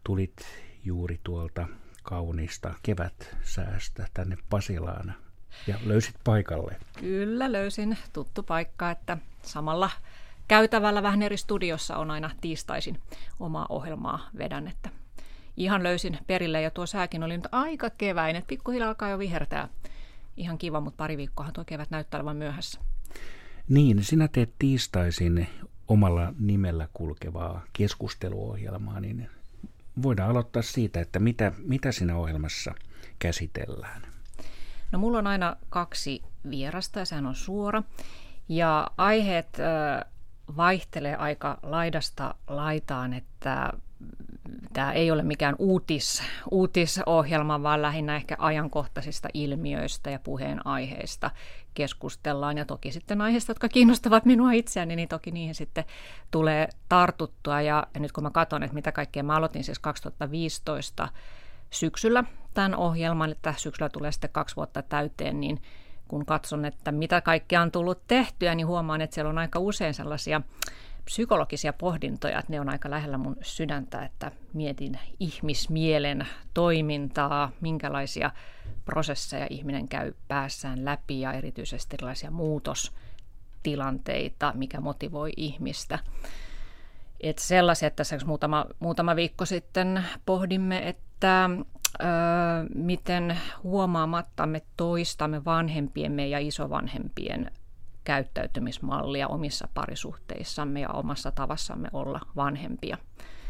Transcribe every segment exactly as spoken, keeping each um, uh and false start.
tulit juuri tuolta kauniista kevätsäästä tänne Pasilaan ja löysit paikalle. Kyllä löysin, tuttu paikka, että samalla käytävällä vähän eri studiossa on aina tiistaisin omaa ohjelmaa vedän, että ihan löysin perille ja tuo sääkin oli nyt aika keväinen, pikkuhiljaa alkaa jo vihertää. Ihan kiva, mutta pari viikkoahan tuo kevät näyttää olevan myöhässä. Niin, sinä teet tiistaisin omalla nimellä kulkevaa keskusteluohjelmaa, niin voidaan aloittaa siitä, että mitä, mitä siinä ohjelmassa käsitellään. No mulla on aina kaksi vierasta ja sehän on suora. Ja aiheet äh, vaihtelee aika laidasta laitaan, että tämä ei ole mikään uutis, uutisohjelma, vaan lähinnä ehkä ajankohtaisista ilmiöistä ja puheenaiheista keskustellaan. Ja toki sitten aiheista, jotka kiinnostavat minua itseäni, niin toki niihin sitten tulee tartuttua. Ja, ja nyt kun mä katson, että mitä kaikkea, mä aloitin siis kaksituhattaviisitoista syksyllä tämän ohjelman, että syksyllä tulee sitten kaksi vuotta täyteen, niin kun katson, että mitä kaikkea on tullut tehtyä, niin huomaan, että siellä on aika usein sellaisia psykologisia pohdintoja, että ne on aika lähellä mun sydäntä, että mietin ihmismielen toimintaa, minkälaisia prosesseja ihminen käy päässään läpi ja erityisesti erilaisia muutostilanteita, mikä motivoi ihmistä. Että sellaisia, että tässä muutama, muutama viikko sitten pohdimme, että ö, miten huomaamatta me toistamme vanhempiemme ja isovanhempien käyttäytymismallia omissa parisuhteissamme ja omassa tavassamme olla vanhempia.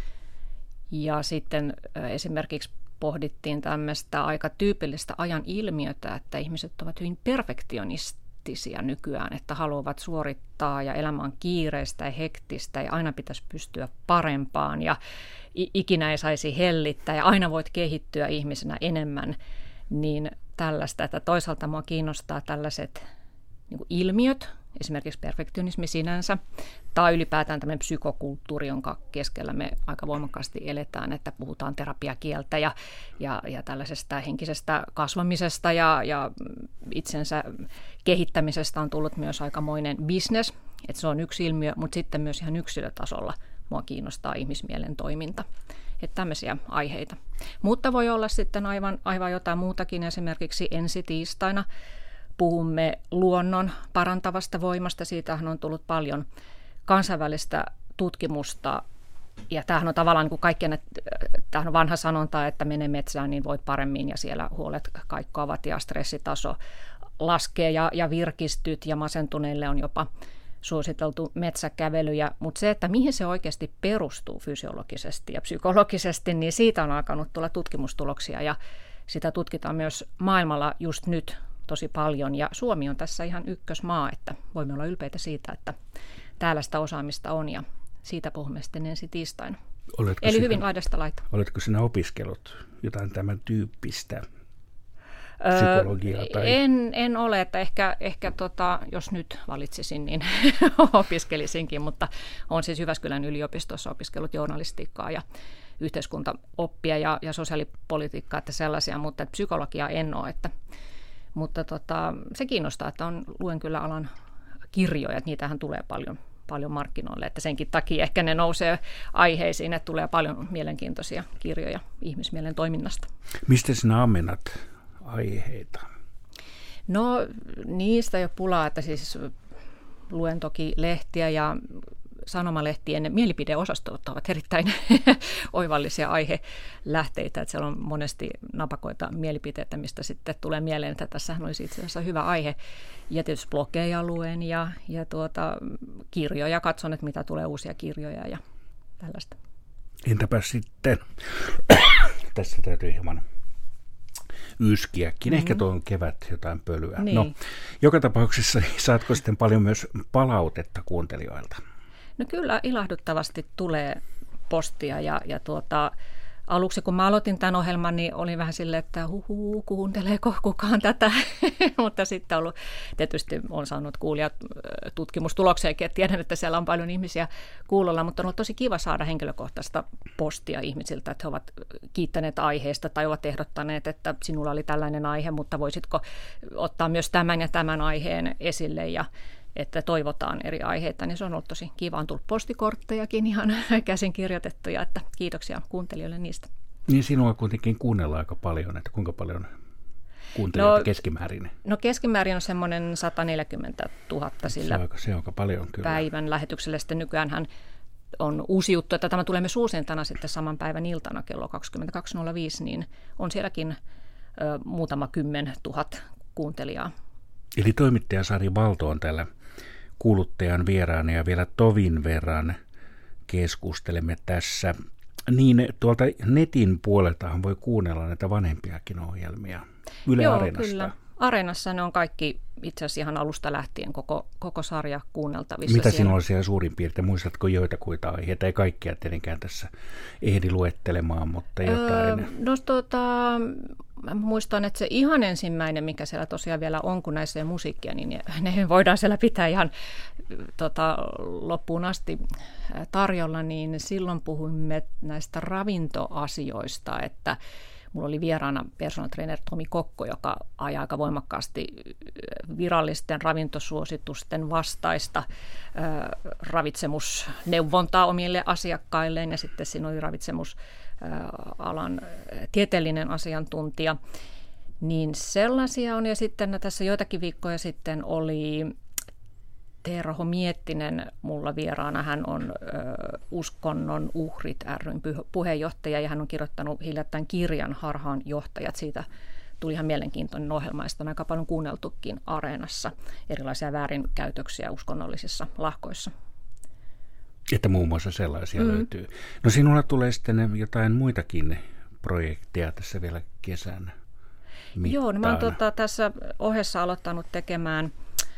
Ja sitten esimerkiksi pohdittiin tämmöistä aika tyypillistä ajan ilmiötä, että ihmiset ovat hyvin perfektionistisia nykyään, että haluavat suorittaa ja elämä on kiireistä ja hektistä ja aina pitäisi pystyä parempaan ja ikinä ei saisi hellittää ja aina voit kehittyä ihmisenä enemmän, niin tällaista, että toisaalta mua kiinnostaa tällaiset niin kuin ilmiöt, esimerkiksi perfektionismi sinänsä, tai ylipäätään tämmöinen psykokulttuuri, jonka keskellä me aika voimakkaasti eletään, että puhutaan terapiakieltä ja, ja, ja tällaisesta henkisestä kasvamisesta ja, ja itsensä kehittämisestä on tullut myös aikamoinen business, että se on yksi ilmiö, mutta sitten myös ihan yksilötasolla mua kiinnostaa ihmismielen toiminta. Että tämmöisiä aiheita. Mutta voi olla sitten aivan, aivan jotain muutakin, esimerkiksi ensi tiistaina puhumme luonnon parantavasta voimasta. Siitähän on tullut paljon kansainvälistä tutkimusta. Ja tämähän on tavallaan niin kuin kaikkien, tämähän on vanha sanonta, että mene metsään, niin voit paremmin ja siellä huolet kaikkoavat ja stressitaso laskee ja, ja virkistyt ja masentuneille on jopa suositeltu metsäkävelyjä. Mutta se, että mihin se oikeasti perustuu fysiologisesti ja psykologisesti, niin siitä on alkanut tulla tutkimustuloksia ja sitä tutkitaan myös maailmalla just nyt tosi paljon, ja Suomi on tässä ihan ykkösmaa, että voimme olla ylpeitä siitä, että täällä sitä osaamista on, ja siitä puhumme sitten ensi tiistaina. Oletko Eli sinä, hyvin laidasta laita. Oletko sinä opiskellut jotain tämän tyyppistä psykologiaa? Öö, tai? En, en ole, että ehkä, ehkä tota, jos nyt valitsisin, niin opiskelisinkin, mutta olen siis Jyväskylän yliopistossa opiskellut journalistiikkaa ja yhteiskuntaoppia ja, ja sosiaalipolitiikkaa, että sellaisia, mutta että psykologiaa en ole, että Mutta tota, se kiinnostaa, että on, luen kyllä alan kirjoja, että niitähän tulee paljon, paljon markkinoille, että senkin takia ehkä ne nousee aiheisiin, että tulee paljon mielenkiintoisia kirjoja ihmismielen toiminnasta. Mistä sinä ammennat aiheita? No niistä ei ole pulaa, että siis luen toki lehtiä ja sanomalehtien mielipideosastot ovat erittäin oivallisia aihelähteitä, että siellä on monesti napakoita mielipiteitä, mistä sitten tulee mieleen, että tässähän olisi itse asiassa hyvä aihe. Ja tietysti blogeja luen ja, ja tuota, kirjoja, katson, että mitä tulee uusia kirjoja ja tällaista. Entäpä sitten, tässä täytyy hieman yskiäkin, mm-hmm. ehkä tuon kevät jotain pölyä. Niin. No, joka tapauksessa saatko sitten paljon myös palautetta kuuntelijoilta? No kyllä ilahduttavasti tulee postia ja, ja tuota, aluksi kun mä aloitin tämän ohjelman, niin oli vähän silleen, että huhuu, kuunteleeko kukaan tätä, mutta sitten ollut, tietysti olen saanut kuulijat tutkimustulokseenkin, että tiedän, että siellä on paljon ihmisiä kuulolla, mutta on ollut tosi kiva saada henkilökohtaista postia ihmisiltä, että he ovat kiittäneet aiheesta tai ovat ehdottaneet, että sinulla oli tällainen aihe, mutta voisitko ottaa myös tämän ja tämän aiheen esille ja että toivotaan eri aiheita, niin se on ollut tosi kiva. On tullut postikorttejakin ihan käsin kirjoitettuja, että kiitoksia kuuntelijoille niistä. Niin sinua kuitenkin kuunnellaan aika paljon, että kuinka paljon kuuntelijoita no, keskimäärin? No keskimäärin on semmoinen sata neljäkymmentätuhatta sillä se on, se on aika paljon, kyllä. Päivän lähetykselle. Sitten nykyäänhän on uusi juttu, että tämä tulee myös uusintana sitten saman päivän iltana kello kaksikymmentäkaksi nolla viisi, niin on sielläkin ö, muutama kymmen tuhat kuuntelijaa. Eli toimittaja Sari Valto on täällä kuuluttajan vieraana ja vielä tovin verran keskustelemme tässä. Niin tuolta netin puoleltahan voi kuunnella näitä vanhempiakin ohjelmia Yle Joo, Areenasta. Kyllä. Areenassa ne on kaikki itse asiassa ihan alusta lähtien koko, koko sarja kuunneltavissa. Mitä siellä. sinulla on siellä suurin piirtein? Muistatko joitakuita aiheita? Ei kaikkia tietenkään tässä ehdi luettelemaan, mutta jotain. Öö, no tota, mä muistan, että se ihan ensimmäinen, mikä siellä tosiaan vielä on, kun näissä ei musiikkia, niin ne voidaan siellä pitää ihan tota, loppuun asti tarjolla, niin silloin puhuimme näistä ravintoasioista, että mulla oli vieraana personal trainer Tomi Kokko, joka ajaa aika voimakkaasti virallisten ravintosuositusten vastaista ää, ravitsemusneuvontaa omille asiakkailleen, ja sitten siinä oli ravitsemusalan tieteellinen asiantuntija. Niin sellaisia on, ja sitten tässä joitakin viikkoja sitten oli Terho Miettinen mulla vieraana. Hän on ö, Uskonnon uhrit ry:n puheenjohtaja ja hän on kirjoittanut hiljattain kirjan Harhaan johtajat. Siitä tuli ihan mielenkiintoinen ohjelma ja sitä on aika paljon kuunneltukin Areenassa. Erilaisia väärinkäytöksiä uskonnollisissa lahkoissa. Että muun muassa sellaisia mm. löytyy. No sinulla tulee sitten jotain muitakin projekteja tässä vielä kesän mittaan. Joo, no mä oon tota, tässä ohessa aloittanut tekemään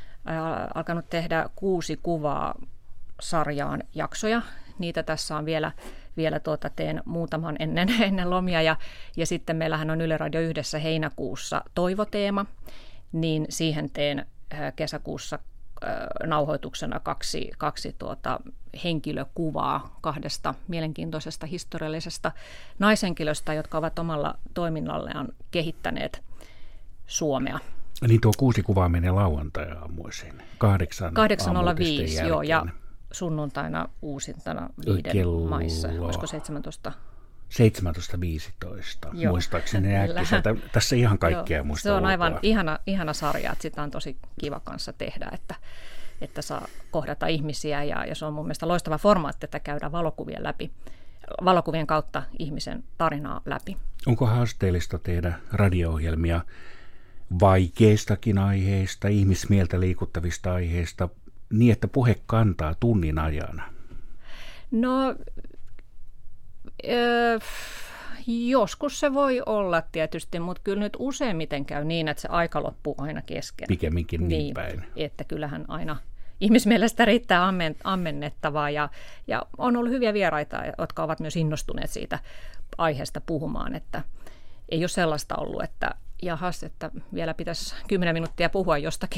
alkanut tehdä kuusi kuvaa sarjaan jaksoja. Niitä tässä on vielä, vielä tuota, teen muutaman ennen, ennen lomia. Ja, ja sitten meillähän on Yle Radio yhdessä heinäkuussa toivoteema, niin siihen teen kesäkuussa nauhoituksena kaksi, kaksi tuota, henkilökuvaa kahdesta mielenkiintoisesta historiallisesta naishenkilöstä, jotka ovat omalla toiminnallaan kehittäneet Suomea. Niin tuo kuusi kuvaa menee lauantai-aamuisin, kahdeksan kahdeksan nolla viisi, joo, ja sunnuntaina uusintana viiden kello maissa, olisiko seitsemäntoista? seitsemäntoista viisitoista, muistaakseni äkkiseltä. Tässä ihan kaikkea joo, muista se on ulkoa. Aivan ihana, ihana sarja, että sitä on tosi kiva kanssa tehdä, että, että saa kohdata ihmisiä, ja, ja se on mun mielestä loistava formaatti, että käydään valokuvien läpi, valokuvien kautta ihmisen tarinaa läpi. Onko haasteellista tehdä radio-ohjelmia vaikeistakin aiheista, ihmismieltä liikuttavista aiheista, niin että puhe kantaa tunnin ajan? No, öö, joskus se voi olla tietysti, mutta kyllä nyt useimmiten käy niin, että se aika loppuu aina kesken. Pikemminkin niin, niin päin. Että kyllähän aina ihmismielestä riittää ammen, ammennettavaa, ja, ja on ollut hyviä vieraita, jotka ovat myös innostuneet siitä aiheesta puhumaan, että ei ole sellaista ollut, että jahas, että vielä pitäisi kymmenen minuuttia puhua jostakin